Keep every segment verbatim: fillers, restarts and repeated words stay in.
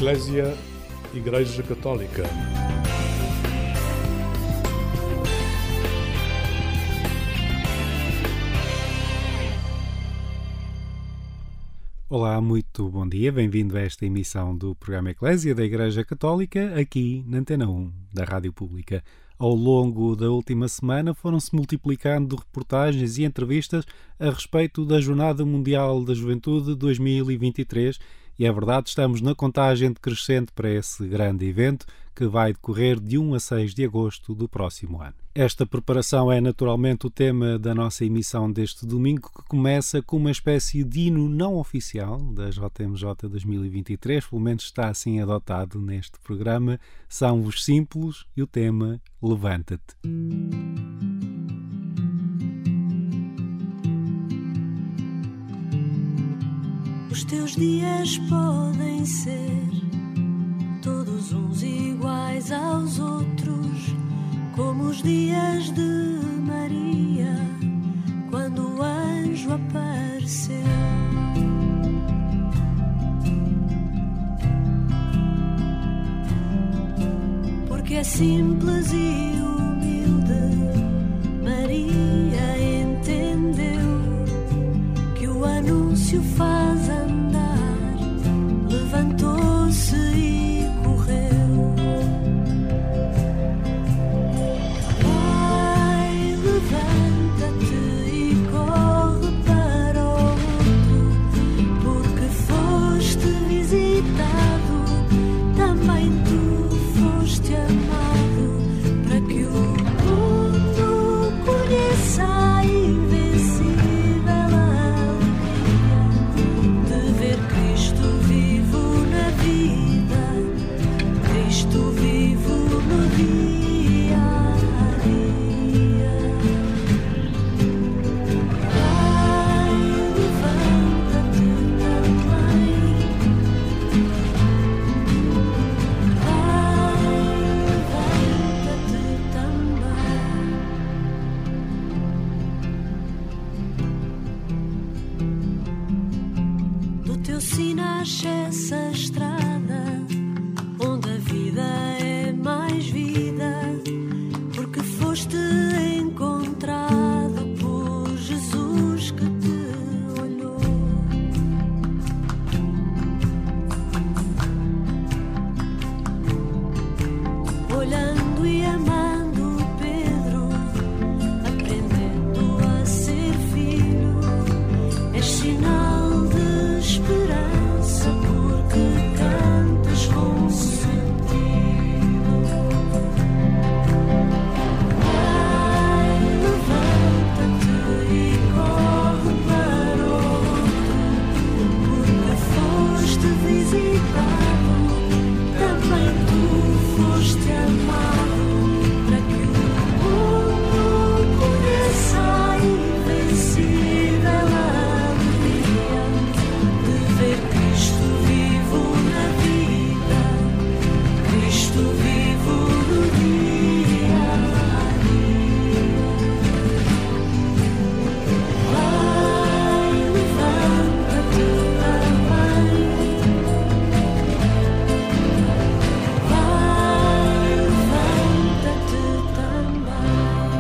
Eclésia, Igreja Católica. Olá, muito bom dia, bem-vindo a esta emissão do programa Eclésia da Igreja Católica, aqui na Antena um da Rádio Pública. Ao longo da última semana foram-se multiplicando reportagens e entrevistas a respeito da Jornada Mundial da Juventude dois mil e vinte e três e é verdade, estamos na contagem decrescente para esse grande evento que vai decorrer de um a seis de agosto do próximo ano. Esta preparação é naturalmente o tema da nossa emissão deste domingo, que começa com uma espécie de hino não oficial da J M J dois mil e vinte e três, pelo menos está assim adotado neste programa. São os Simples e o tema Levanta-te. Os teus dias podem ser todos uns iguais aos outros, como os dias de Maria, quando o anjo apareceu. Porque é simples e humilde, Maria entendeu que o anúncio faz andar, levantou-se e correu. Vai, levanta-te e corre para o outro, porque foste visitado, também tu foste amado, para que o mundo conheça a invencível alegria de ver Cristo vivo na vida, Cristo vivo no dia a dia. Vai, levanta-te também. Vai, levanta-te também. Do teu sino nasce essa estrada, onde a vida é mais vida, porque foste encontrado por Jesus que te olhou. Olhando e amando Pedro, aprendendo a ser filho, és sinal de esperança, porque cantas com sentido. Vai, levanta-te e corre para o outro, porque foste visitado, também tu foste amado, para que o mundo conheça a invencível alegria de ver Cristo vivo na vida, Cristo vivo no dia a dia. Vai, levanta-te também. Vai, levanta-te também.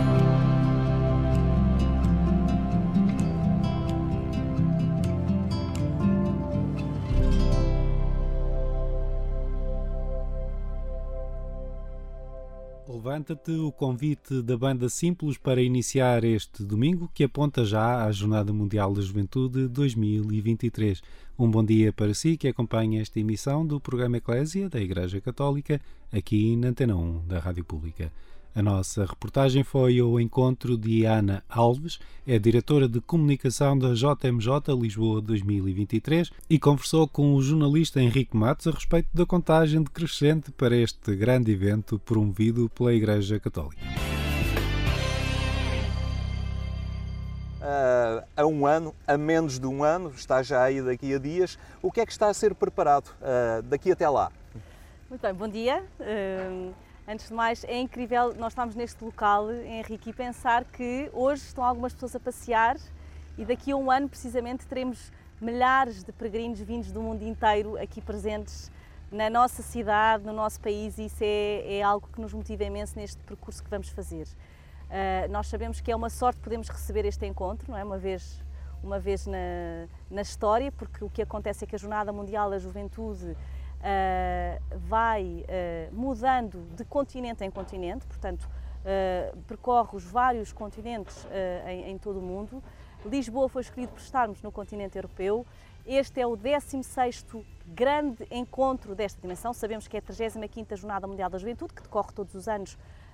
Levanta-te, o convite da Banda Simples para iniciar este domingo, que aponta já à Jornada Mundial da Juventude dois mil e vinte e três. Um bom dia para si que acompanha esta emissão do programa Eclésia da Igreja Católica, aqui na Antena um da Rádio Pública. A nossa reportagem foi ao encontro de Ana Alves, é diretora de comunicação da J M J Lisboa dois mil e vinte e três e conversou com o jornalista Henrique Matos a respeito da contagem decrescente para este grande evento promovido pela Igreja Católica. Uh, a um ano, a menos de um ano, está já aí daqui a dias. O que é que está a ser preparado uh, daqui até lá? Muito bem, bom dia. Uh, Antes de mais, é incrível nós estamos neste local, Henrique, e pensar que hoje estão algumas pessoas a passear e daqui a um ano, precisamente, teremos milhares de peregrinos vindos do mundo inteiro aqui presentes na nossa cidade, no nosso país, e isso é, é algo que nos motiva imenso neste percurso que vamos fazer. Uh, nós sabemos que é uma sorte podermos receber este encontro, não é? Uma vez, uma vez na, na história, porque o que acontece é que a Jornada Mundial da Juventude uh, vai uh, mudando de continente em continente, portanto, uh, percorre os vários continentes uh, em, em todo o mundo. Lisboa foi escolhido por estarmos no continente europeu. Este é o décimo sexto grande encontro desta dimensão. Sabemos que é a trigésima quinta Jornada Mundial da Juventude, que decorre todos os anos,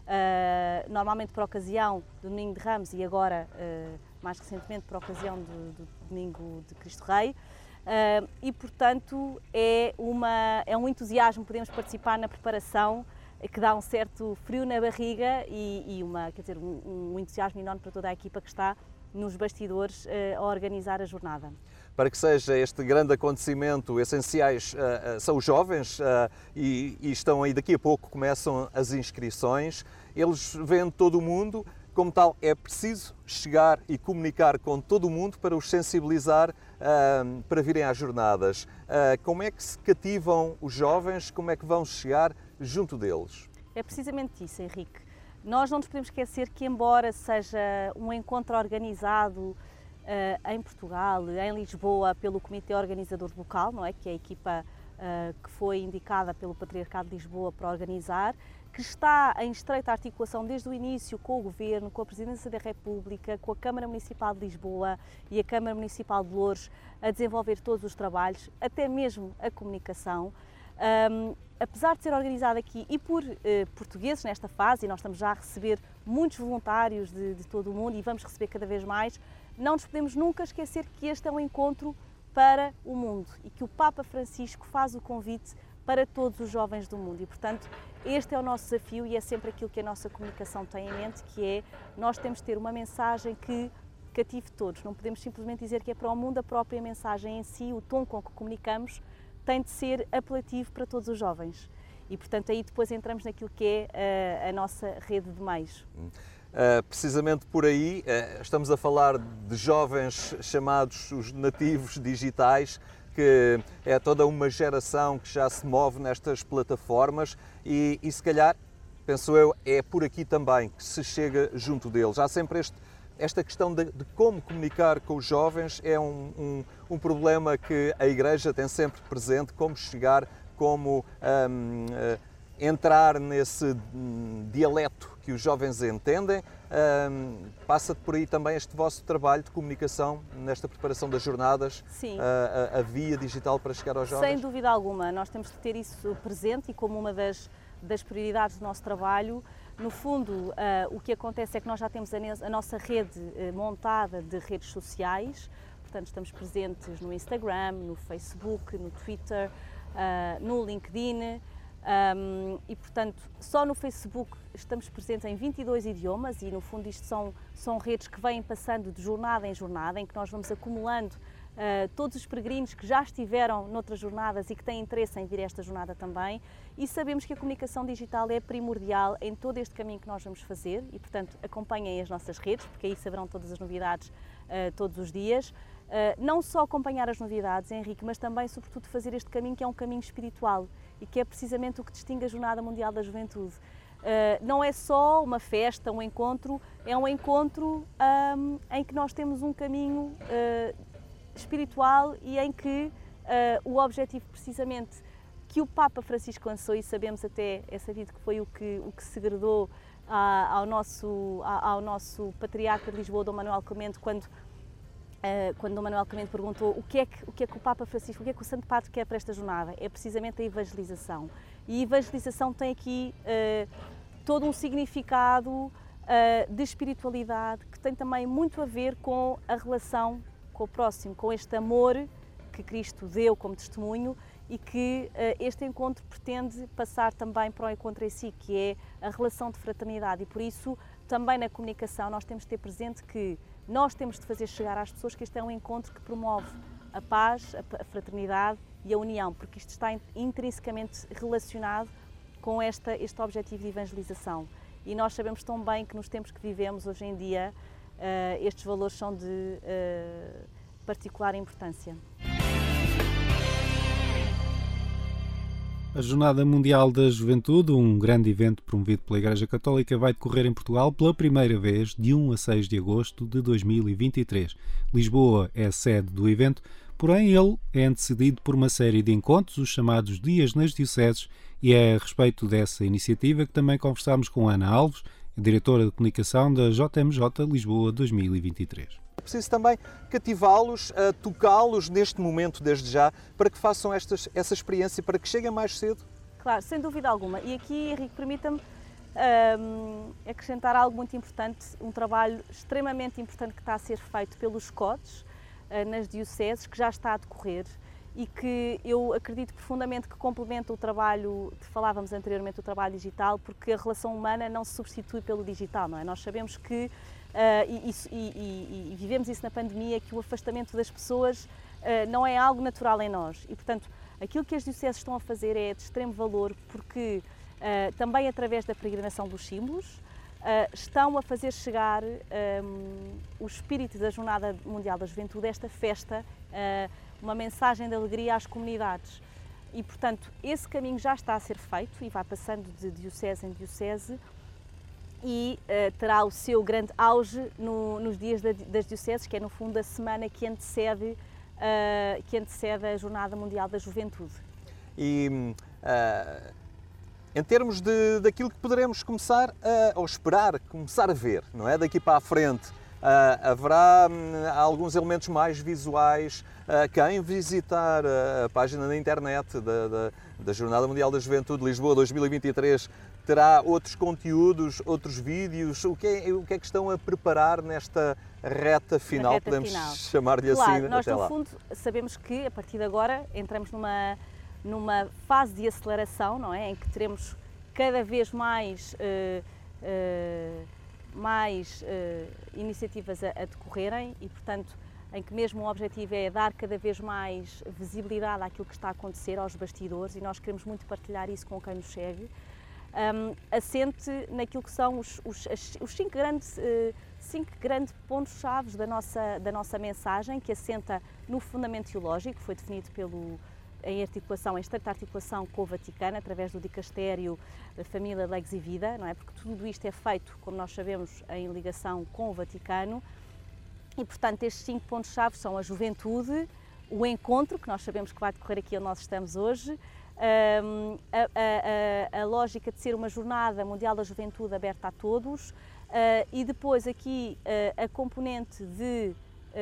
uh, normalmente por ocasião do Domingo de Ramos e agora, uh, mais recentemente, por ocasião do, do Domingo de Cristo Rei. Uh, e, portanto, é, uma, é um entusiasmo, podemos participar na preparação, que dá um certo frio na barriga e, e uma, quer dizer, um, um entusiasmo enorme para toda a equipa que está nos bastidores uh, a organizar a jornada. Para que seja este grande acontecimento, essenciais uh, uh, são os jovens uh, e, e estão aí, daqui a pouco começam as inscrições. Eles vêm de todo o mundo, como tal é preciso chegar e comunicar com todo o mundo para os sensibilizar uh, para virem às jornadas. Uh, como é que se cativam os jovens, como é que vão chegar junto deles? É precisamente isso, Henrique. Nós não nos podemos esquecer que, embora seja um encontro organizado Uh, em Portugal, em Lisboa, pelo Comitê Organizador Local, não é? Que é a equipa uh, que foi indicada pelo Patriarcado de Lisboa para organizar, que está em estreita articulação desde o início com o Governo, com a Presidência da República, com a Câmara Municipal de Lisboa e a Câmara Municipal de Loures, a desenvolver todos os trabalhos, até mesmo a comunicação. Um, apesar de ser organizada aqui e por uh, portugueses nesta fase, e nós estamos já a receber muitos voluntários de, de todo o mundo e vamos receber cada vez mais, não nos podemos nunca esquecer que este é um encontro para o mundo e que o Papa Francisco faz o convite para todos os jovens do mundo e, portanto, este é o nosso desafio e é sempre aquilo que a nossa comunicação tem em mente, que é nós temos de ter uma mensagem que cative todos, não podemos simplesmente dizer que é para o mundo, a própria mensagem em si, o tom com que comunicamos, tem de ser apelativo para todos os jovens e, portanto, aí depois entramos naquilo que é a, a nossa rede de meios. Uh, precisamente por aí, uh, estamos a falar de jovens chamados os nativos digitais, que é toda uma geração que já se move nestas plataformas e, e se calhar, penso eu, é por aqui também que se chega junto deles. Há sempre este, esta questão de, de como comunicar com os jovens, é um, um, um problema que a Igreja tem sempre presente, como chegar, como um, uh, entrar nesse um, dialeto que os jovens entendem. Um, passa por aí também este vosso trabalho de comunicação nesta preparação das jornadas. Sim. A, a, a via digital para chegar aos jovens? Sem dúvida alguma, nós temos de ter isso presente e como uma das, das prioridades do nosso trabalho. No fundo, uh, o que acontece é que nós já temos a, a nossa rede uh, montada de redes sociais, portanto estamos presentes no Instagram, no Facebook, no Twitter, uh, no LinkedIn. Um, e, portanto, só no Facebook estamos presentes em vinte e dois idiomas e, no fundo, isto são, são redes que vêm passando de jornada em jornada, em que nós vamos acumulando uh, todos os peregrinos que já estiveram noutras jornadas e que têm interesse em vir a esta jornada também. E sabemos que a comunicação digital é primordial em todo este caminho que nós vamos fazer e, portanto, acompanhem as nossas redes, porque aí saberão todas as novidades uh, todos os dias. Uh, não só acompanhar as novidades, Henrique, mas também, sobretudo, fazer este caminho que é um caminho espiritual e que é precisamente o que distingue a Jornada Mundial da Juventude. Uh, não é só uma festa, um encontro, é um encontro um, em que nós temos um caminho uh, espiritual e em que uh, o objetivo, precisamente, que o Papa Francisco lançou, e sabemos até, é sabido que foi o que, o que segredou a, ao, nosso, a, ao nosso Patriarca de Lisboa, Dom Manuel Clemente, quando Uh, quando Dom Manuel Clemente perguntou o que, é que, o que é que o Papa Francisco, o que é que o Santo Padre quer para esta jornada, é precisamente a evangelização. E a evangelização tem aqui uh, todo um significado uh, de espiritualidade que tem também muito a ver com a relação com o próximo, com este amor que Cristo deu como testemunho e que uh, este encontro pretende passar também para o encontro em si, que é a relação de fraternidade. E por isso, também na comunicação, nós temos de ter presente que nós temos de fazer chegar às pessoas que este é um encontro que promove a paz, a fraternidade e a união, porque isto está intrinsecamente relacionado com esta, este objetivo de evangelização. E nós sabemos tão bem que nos tempos que vivemos hoje em dia, uh, estes valores são de uh, particular importância. A Jornada Mundial da Juventude, um grande evento promovido pela Igreja Católica, vai decorrer em Portugal pela primeira vez de um a seis de agosto de dois mil e vinte e três. Lisboa é a sede do evento, porém ele é antecedido por uma série de encontros, os chamados Dias nas Dioceses, e é a respeito dessa iniciativa que também conversámos com Ana Alves, diretora de comunicação da J M J Lisboa dois mil e vinte e três. É preciso também cativá-los, tocá-los neste momento, desde já, para que façam estas, essa experiência, para que cheguem mais cedo. Claro, sem dúvida alguma. E aqui, Henrique, permita-me um, acrescentar algo muito importante, um trabalho extremamente importante que está a ser feito pelos C O Ds uh, nas dioceses, que já está a decorrer e que eu acredito profundamente que complementa o trabalho, que falávamos anteriormente, o trabalho digital, porque a relação humana não se substitui pelo digital, não é? Nós sabemos que Uh, e, e, e, e vivemos isso na pandemia, que o afastamento das pessoas uh, não é algo natural em nós e, portanto, aquilo que as dioceses estão a fazer é de extremo valor porque uh, também através da peregrinação dos símbolos uh, estão a fazer chegar um, o espírito da Jornada Mundial da Juventude, esta festa, uh, uma mensagem de alegria às comunidades e, portanto, esse caminho já está a ser feito e vai passando de diocese em diocese e uh, terá o seu grande auge no, nos dias da, das dioceses, que é no fundo a semana que antecede, uh, que antecede a Jornada Mundial da Juventude. E uh, em termos de, daquilo que poderemos começar a, ou esperar, começar a ver, não é? Daqui para a frente, uh, haverá um, alguns elementos mais visuais. Uh, quem visitar a, a página na internet da, da, da Jornada Mundial da Juventude Lisboa dois mil e vinte e três terá outros conteúdos, outros vídeos. O que é, o que, é que estão a preparar nesta reta final, reta podemos final. chamar-lhe claro, assim? Nós, até no lá. fundo, sabemos que a partir de agora entramos numa, numa fase de aceleração, não é? Em que teremos cada vez mais, uh, uh, mais uh, iniciativas a, a decorrerem e, portanto, em que mesmo o objetivo é dar cada vez mais visibilidade àquilo que está a acontecer, aos bastidores, e nós queremos muito partilhar isso com quem nos segue. Um, assente naquilo que são os, os, os cinco grandes, uh, cinco grandes pontos-chave da nossa, da nossa mensagem, que assenta no fundamento teológico, que foi definido pelo, em articulação, em estreita articulação com o Vaticano, através do Dicastério Família, Legs e Vida, não é? Porque tudo isto é feito, como nós sabemos, em ligação com o Vaticano. E, portanto, estes cinco pontos-chave são a juventude, o encontro, que nós sabemos que vai decorrer aqui onde nós estamos hoje, Um, a, a, a, a lógica de ser uma jornada mundial da juventude aberta a todos uh, e depois aqui uh, a componente de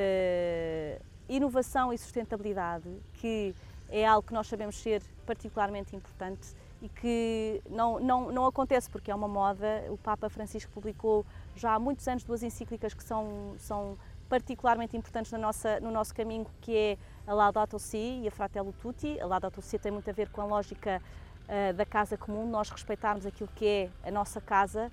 uh, inovação e sustentabilidade, que é algo que nós sabemos ser particularmente importante e que não, não, não acontece porque é uma moda. O Papa Francisco publicou já há muitos anos duas encíclicas que são, são particularmente importantes na nossa, no nosso caminho, que é a Laudato Si e a Fratelli Tutti. A Laudato Si tem muito a ver com a lógica uh, da casa comum, nós respeitarmos aquilo que é a nossa casa,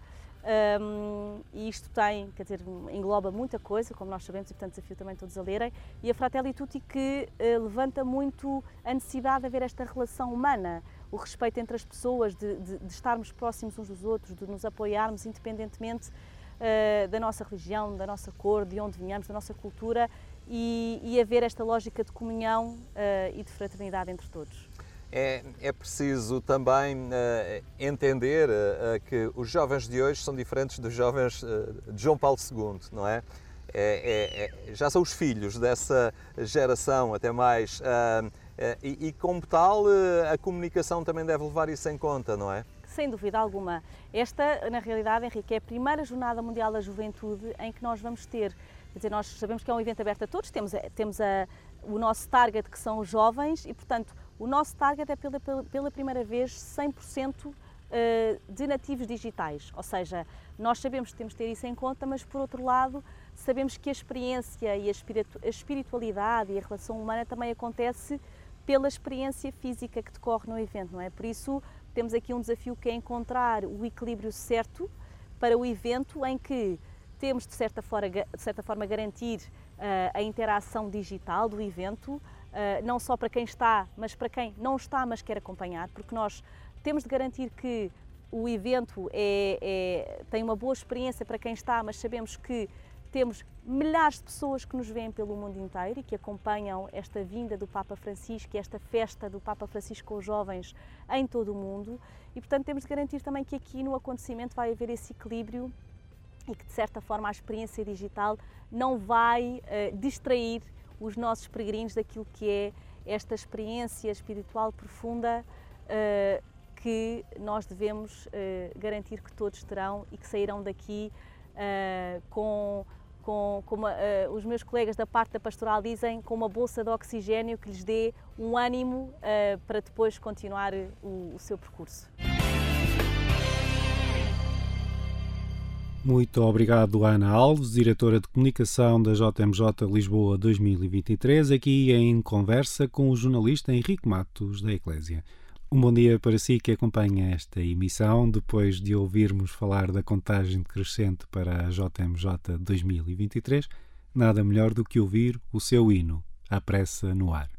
um, e isto tem, quer dizer, engloba muita coisa, como nós sabemos, e portanto desafio também todos a lerem. E a Fratelli Tutti, que uh, levanta muito a necessidade de haver esta relação humana, o respeito entre as pessoas, de, de, de estarmos próximos uns dos outros, de nos apoiarmos independentemente Uh, da nossa religião, da nossa cor, de onde venhamos, da nossa cultura, e, e haver esta lógica de comunhão uh, e de fraternidade entre todos. É, é preciso também uh, entender uh, que os jovens de hoje são diferentes dos jovens uh, de João Paulo segundo, não é? É, é, é já são os filhos dessa geração, até mais, uh, uh, e, e como tal uh, a comunicação também deve levar isso em conta, não é? Sem dúvida alguma. Esta, na realidade, Henrique, é a primeira Jornada Mundial da Juventude em que nós vamos ter, quer dizer, nós sabemos que é um evento aberto a todos, temos, temos a, o nosso target, que são os jovens, e, portanto, o nosso target é pela, pela, pela primeira vez cem por cento de nativos digitais, ou seja, nós sabemos que temos de ter isso em conta, mas, por outro lado, sabemos que a experiência e a, espiritu, a espiritualidade e a relação humana também acontece pela experiência física que decorre no evento, não é? Por isso, temos aqui um desafio que é encontrar o equilíbrio certo para o evento, em que temos, de certa forma, de certa forma garantir uh, a interação digital do evento, uh, não só para quem está, mas para quem não está, mas quer acompanhar, porque nós temos de garantir que o evento é, é, tem uma boa experiência para quem está, mas sabemos que temos milhares de pessoas que nos veem pelo mundo inteiro e que acompanham esta vinda do Papa Francisco e esta festa do Papa Francisco com os jovens em todo o mundo. E, portanto, temos de garantir também que aqui no acontecimento vai haver esse equilíbrio e que, de certa forma, a experiência digital não vai uh, distrair os nossos peregrinos daquilo que é esta experiência espiritual profunda uh, que nós devemos uh, garantir que todos terão e que sairão daqui uh, com, com, com uma, uh, os meus colegas da parte da pastoral dizem, com uma bolsa de oxigênio que lhes dê um ânimo uh, para depois continuar o, o seu percurso. Muito obrigado, Ana Alves, diretora de comunicação da J M J Lisboa dois mil e vinte e três, aqui em conversa com o jornalista Henrique Matos, da Eclésia. Um bom dia para si que acompanha esta emissão, depois de ouvirmos falar da contagem decrescente para a J M J dois mil e vinte e três, nada melhor do que ouvir o seu hino, à pressa no ar.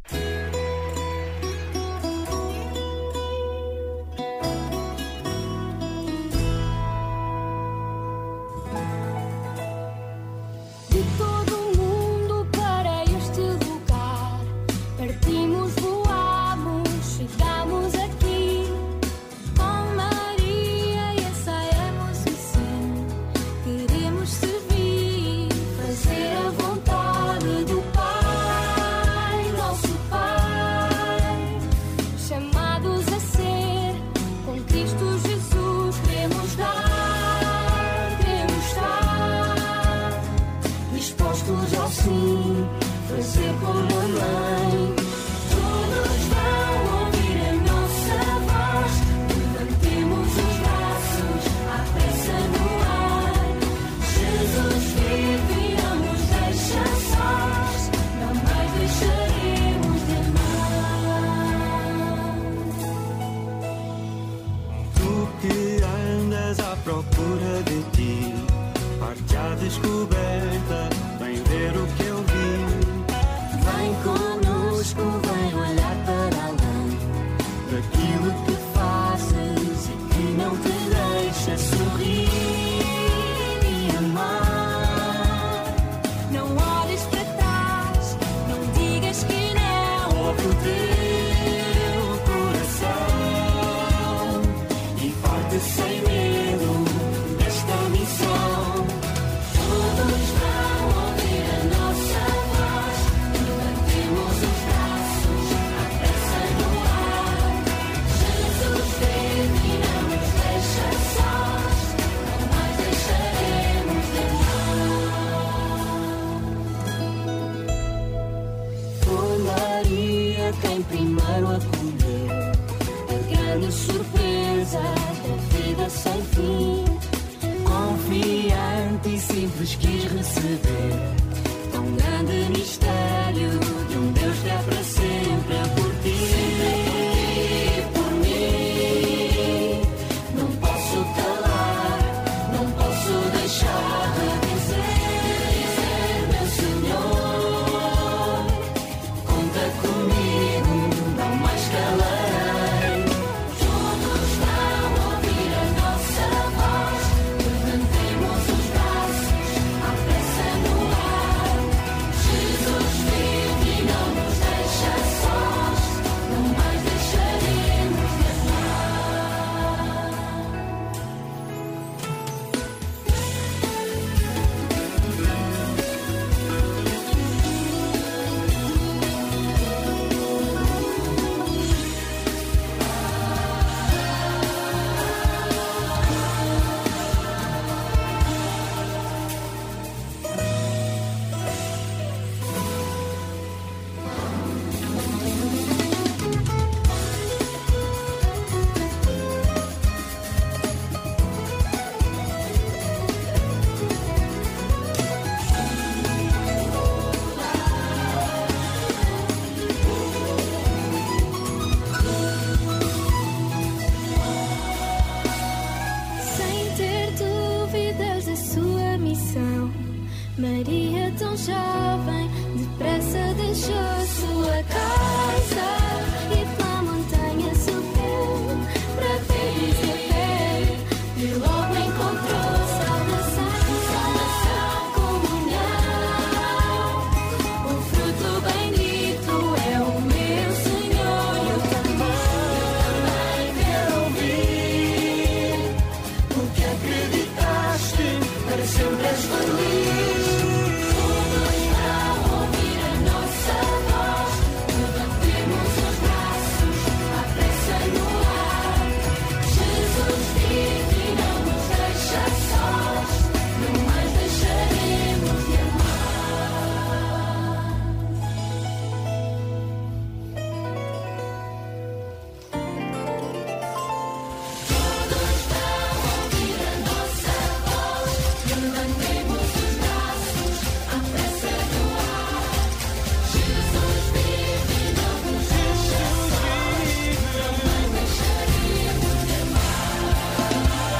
Logo encontrou salvação, salvação, comunhão. para sempre és feliz. Todos vão ouvir a nossa voz, levantemos os braços, à pressa no ar. Jesus vive e não nos deixa sós, não mais deixaremos de amar. Todos vão ouvir a nossa voz, levantemos os braços, à pressa no ar. Jesus vive e não nos deixa sós, não mais deixaremos de amar.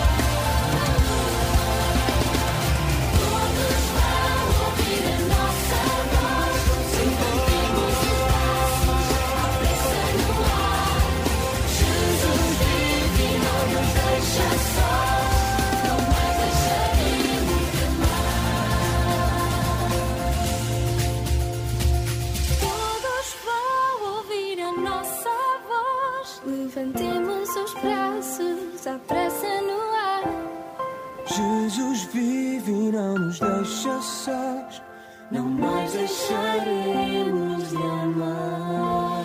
Todos vão ouvir a nossa voz, levantemos os braços, à pressa no ar. Jesus vive e não nos deixa sós, não mais deixaremos de amar. Todos vão ouvir a nossa voz, levantemos os braços, à pressa no ar. Jesus vive e não nos deixa sós, Não mais deixaremos de amar.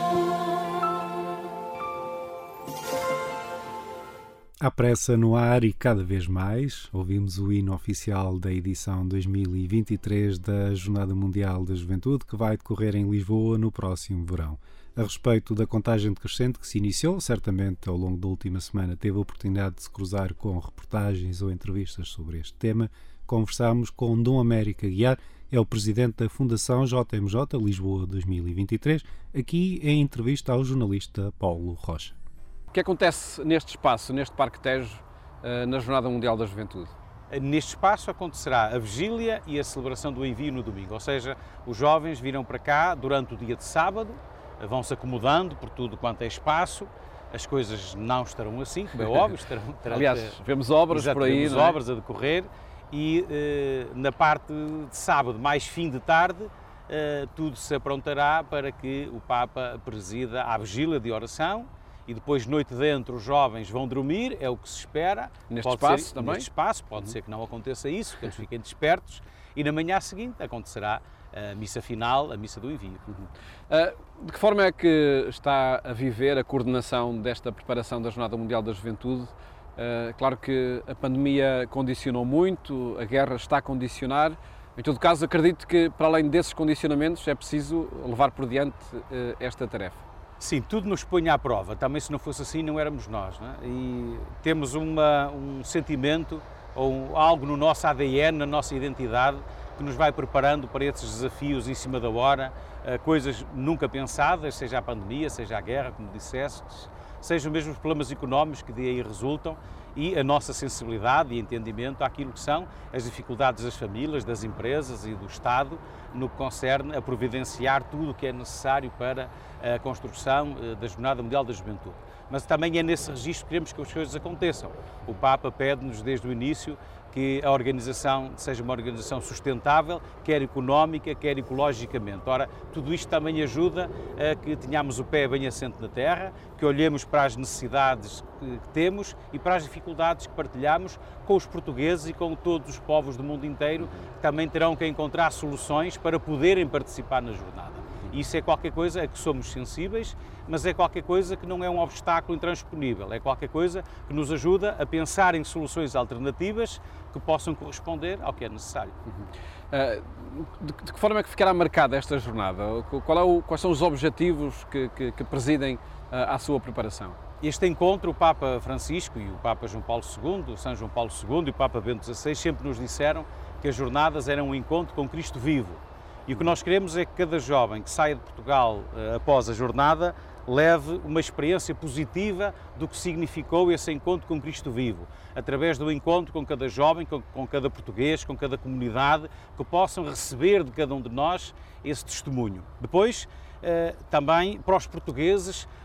À pressa no ar e cada vez mais, ouvimos o hino oficial da edição dois mil e vinte e três da Jornada Mundial da Juventude, que vai decorrer em Lisboa no próximo verão. A respeito da contagem decrescente que se iniciou, certamente ao longo da última semana teve a oportunidade de se cruzar com reportagens ou entrevistas sobre este tema. Conversámos com Dom Américo Aguiar, é o presidente da Fundação J M J Lisboa dois mil e vinte e três, aqui em entrevista ao jornalista Paulo Rocha. O que acontece neste espaço, neste Parque Tejo, eh, na Jornada Mundial da Juventude? Neste espaço acontecerá a vigília e a celebração do envio no domingo, ou seja, os jovens virão para cá durante o dia de sábado, vão se acomodando por tudo quanto é espaço, as coisas não estarão assim, como é óbvio, estarão... estarão Aliás, vemos obras exato, por aí, vemos não é? obras a decorrer e eh, na parte de sábado, mais fim de tarde, eh, tudo se aprontará para que o Papa presida a vigília de oração e depois, noite dentro, os jovens vão dormir, é o que se espera. Neste Pode espaço ser, também? Neste espaço, pode Uhum. ser que não aconteça isso, que eles fiquem despertos e na manhã seguinte acontecerá a missa final, a missa do envio. Uh, de que forma é que está a viver a coordenação desta preparação da Jornada Mundial da Juventude? Uh, claro que a pandemia condicionou muito, a guerra está a condicionar. Em todo caso, acredito que, para além desses condicionamentos, é preciso levar por diante uh, esta tarefa. Sim, tudo nos põe à prova. Também, se não fosse assim, não éramos nós, não é? E temos uma, um sentimento ou algo no nosso A D N, na nossa identidade, que nos vai preparando para esses desafios em cima da hora, coisas nunca pensadas, seja a pandemia, seja a guerra, como disseste, sejam mesmo os problemas económicos que de aí resultam e a nossa sensibilidade e entendimento àquilo que são as dificuldades das famílias, das empresas e do Estado no que concerne a providenciar tudo o que é necessário para a construção da Jornada Mundial da Juventude. Mas também é nesse registro que queremos que as coisas aconteçam. O Papa pede-nos desde o início que a organização seja uma organização sustentável, quer económica, quer ecologicamente. Ora, tudo isto também ajuda a que tenhamos o pé bem assente na terra, que olhemos para as necessidades que temos e para as dificuldades que partilhamos com os portugueses e com todos os povos do mundo inteiro, que também terão que encontrar soluções para poderem participar na jornada. Isso é qualquer coisa a que somos sensíveis, mas é qualquer coisa que não é um obstáculo intransponível, é qualquer coisa que nos ajuda a pensar em soluções alternativas que possam corresponder ao que é necessário. Uhum. Uh, de, de que forma é que ficará marcada esta jornada? Qual é o, quais são os objetivos que, que, que presidem uh, à sua preparação? Este encontro, o Papa Francisco e o Papa João Paulo segundo, o São João Paulo segundo e o Papa Bento dezasseis sempre nos disseram que as jornadas eram um encontro com Cristo vivo. E o que nós queremos é que cada jovem que saia de Portugal uh, após a jornada leve uma experiência positiva do que significou esse encontro com Cristo vivo, através do encontro com cada jovem, com, com cada português, com cada comunidade, que possam receber de cada um de nós esse testemunho. Depois, eh, também para os portugueses,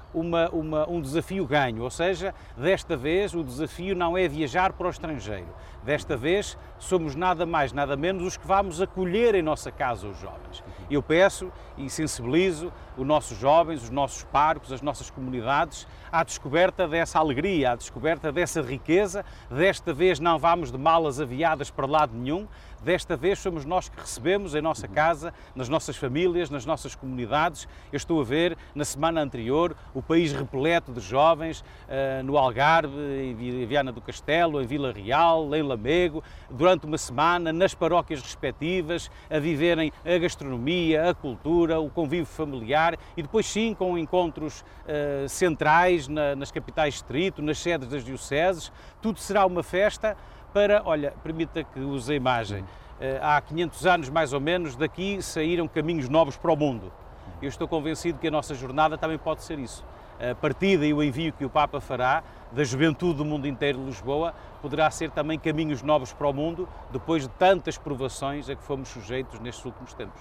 uma, uma, um desafio ganho, ou seja, desta vez o desafio não é viajar para o estrangeiro, desta vez somos nada mais, nada menos os que vamos acolher em nossa casa os jovens. Eu peço e sensibilizo os nossos jovens, os nossos parcos, as nossas comunidades à descoberta dessa alegria, à descoberta dessa riqueza. Desta vez não vamos de malas aviadas para lado nenhum, desta vez somos nós que recebemos em nossa casa, nas nossas famílias, nas nossas comunidades. Eu estou a ver, na semana anterior, o país repleto de jovens, uh, no Algarve, em Viana do Castelo, em Vila Real, em Lamego, durante uma semana, nas paróquias respectivas, a viverem a gastronomia, a cultura, o convívio familiar e depois sim com encontros uh, centrais na, nas capitais de distrito, nas sedes das dioceses. Tudo será uma festa para, olha, permita que use a imagem, há quinhentos anos mais ou menos, daqui saíram caminhos novos para o mundo. Eu estou convencido que a nossa jornada também pode ser isso. A partida e o envio que o Papa fará da juventude do mundo inteiro de Lisboa poderá ser também caminhos novos para o mundo, depois de tantas provações a que fomos sujeitos nestes últimos tempos.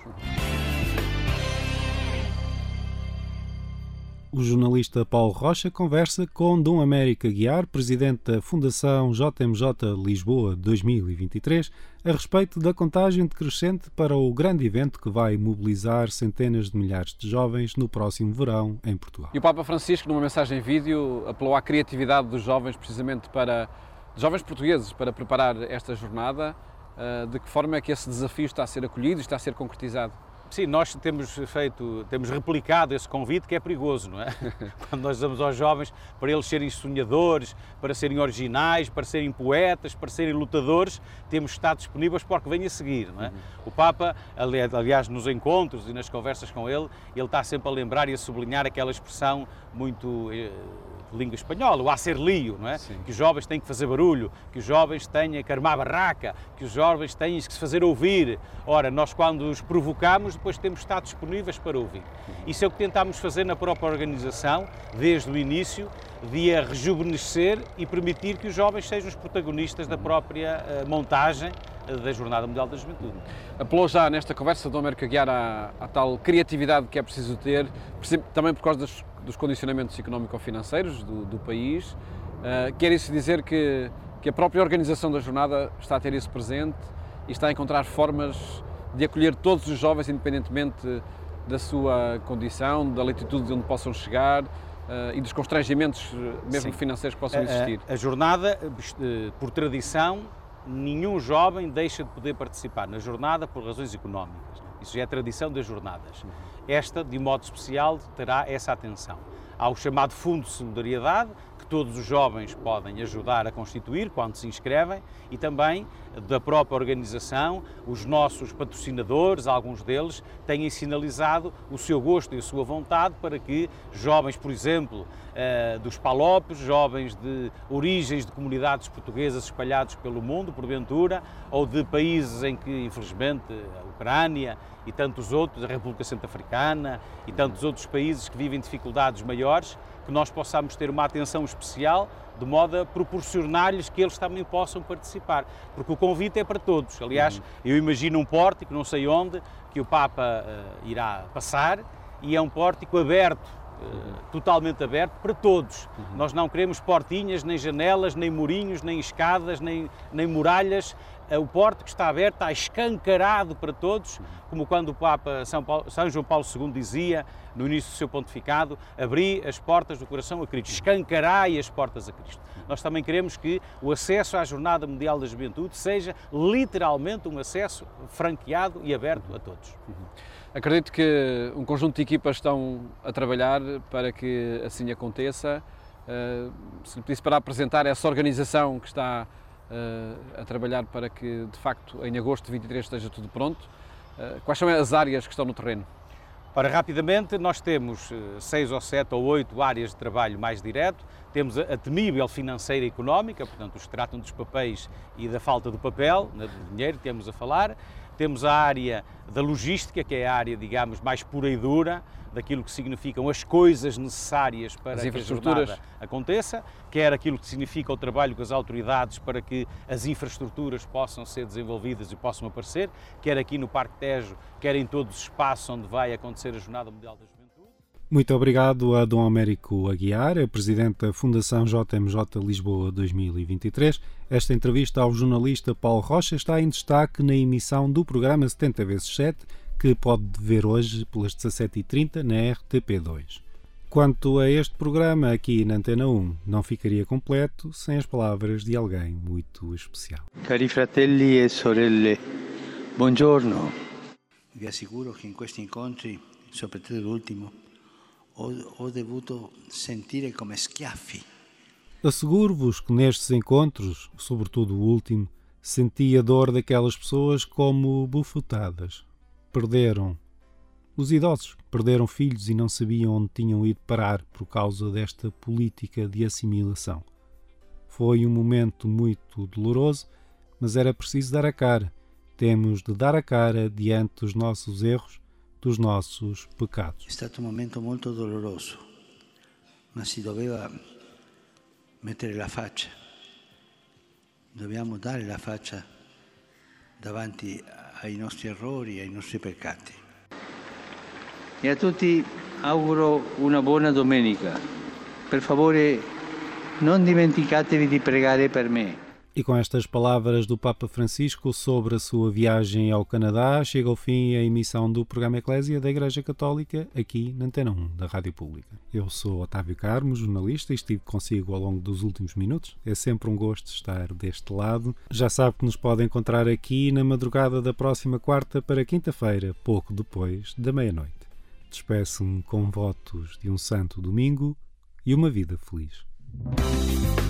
O jornalista Paulo Rocha conversa com Dom Américo Aguiar, presidente da Fundação J M J Lisboa dois mil e vinte e três, a respeito da contagem decrescente para o grande evento que vai mobilizar centenas de milhares de jovens no próximo verão em Portugal. E o Papa Francisco, numa mensagem em vídeo, apelou à criatividade dos jovens, precisamente para, dos jovens portugueses, para preparar esta jornada. De que forma é que esse desafio está a ser acolhido e está a ser concretizado? Sim, nós temos feito, temos replicado esse convite, que é perigoso, não é? Quando nós damos aos jovens para eles serem sonhadores, para serem originais, para serem poetas, para serem lutadores, temos estado disponíveis para o que vem a seguir, não é? O Papa, aliás, nos encontros e nas conversas com ele, ele está sempre a lembrar e a sublinhar aquela expressão muito de língua espanhola, o hacer lío, não é? Sim. Que os jovens têm que fazer barulho, que os jovens têm que armar barraca, que os jovens têm que se fazer ouvir. Ora, nós quando os provocamos, depois temos estado disponíveis para ouvir. Isso é o que tentámos fazer na própria organização, desde o início, de a rejuvenescer e permitir que os jovens sejam os protagonistas da própria uh, montagem uh, da Jornada Mundial da Juventude. Apelou já nesta conversa, Dom Américo Aguiar, à, à tal criatividade que é preciso ter, também por causa dos, dos condicionamentos económico-financeiros do, do país. Uh, quer isso dizer que, que a própria organização da jornada está a ter isso presente e está a encontrar formas de acolher todos os jovens, independentemente da sua condição, da latitude de onde possam chegar uh, e dos constrangimentos, mesmo Sim. financeiros, que possam existir. A, a jornada, por tradição, nenhum jovem deixa de poder participar na jornada por razões económicas. Isso já é a tradição das jornadas. Esta, de um modo especial, terá essa atenção. Há o chamado Fundo de Solidariedade, que todos os jovens podem ajudar a constituir quando se inscrevem, e também da própria organização, os nossos patrocinadores, alguns deles, têm sinalizado o seu gosto e a sua vontade para que jovens, por exemplo, dos Palopes, jovens de origens de comunidades portuguesas espalhados pelo mundo, porventura, ou de países em que, infelizmente, a Ucrânia e tantos outros, a República Centro-Africana e tantos outros países que vivem dificuldades maiores, que nós possamos ter uma atenção especial de modo a proporcionar-lhes que eles também possam participar, porque o convite é para todos. Aliás, eu imagino um pórtico, não sei onde, que o Papa uh, irá passar, e é um pórtico aberto, uh, totalmente aberto para todos. Uhum. Nós não queremos portinhas, nem janelas, nem murinhos, nem escadas, nem, nem muralhas. O pórtico está aberto, está escancarado para todos, como quando o Papa São, Paulo, São João Paulo segundo dizia, no início do seu pontificado, abri as portas do coração a Cristo, escancarai as portas a Cristo. Nós também queremos que o acesso à Jornada Mundial da Juventude seja literalmente um acesso franqueado e aberto a todos. Acredito que um conjunto de equipas estão a trabalhar para que assim aconteça. Se lhe pedisse para apresentar essa organização que está a trabalhar para que, de facto, em agosto de vinte e três esteja tudo pronto. Quais são as áreas que estão no terreno? Para rapidamente, nós temos seis ou sete ou oito áreas de trabalho mais direto. Temos a temível financeira e económica, portanto, os que tratam dos papéis e da falta do papel, do dinheiro que temos a falar. Temos a área da logística, que é a área, digamos, mais pura e dura, daquilo que significam as coisas necessárias para que a jornada aconteça, quer aquilo que significa o trabalho com as autoridades para que as infraestruturas possam ser desenvolvidas e possam aparecer, quer aqui no Parque Tejo, quer em todos os espaços onde vai acontecer a Jornada Mundial da Juventude. Muito obrigado a Dom Américo Aguiar, é presidente da Fundação J M J Lisboa dois mil e vinte e três. Esta entrevista ao jornalista Paulo Rocha está em destaque na emissão do programa setenta vezes sete, que pode ver hoje pelas dezassete e trinta na R T P dois. Quanto a este programa aqui na Antena um, não ficaria completo sem as palavras de alguém muito especial. Cari fratelli e sorelle, buongiorno. Vi assicuro che in questi incontri, soprattutto l'ultimo, ho, ho dovuto sentire come schiaffi. Asseguro-vos que nestes encontros, sobretudo o último, senti a dor daquelas pessoas como bufetadas. Perderam. Os idosos perderam filhos e não sabiam onde tinham ido parar por causa desta política de assimilação. Foi um momento muito doloroso, mas era preciso dar a cara. Temos de dar a cara diante dos nossos erros, dos nossos pecados. È stato un momento molto doloroso, ma si doveva mettere la faccia. Dobbiamo dare la faccia davanti ai nostri errori e ai nostri peccati. E a tutti auguro una buona domenica. Per favore, non dimenticatevi di pregare per me. E com estas palavras do Papa Francisco sobre a sua viagem ao Canadá, chega ao fim a emissão do programa Eclésia da Igreja Católica, aqui na Antena um, da Rádio Pública. Eu sou Otávio Carmo, jornalista, e estive consigo ao longo dos últimos minutos. É sempre um gosto estar deste lado. Já sabe que nos pode encontrar aqui na madrugada da próxima quarta para quinta-feira, pouco depois da meia-noite. Despeço-me com votos de um santo domingo e uma vida feliz.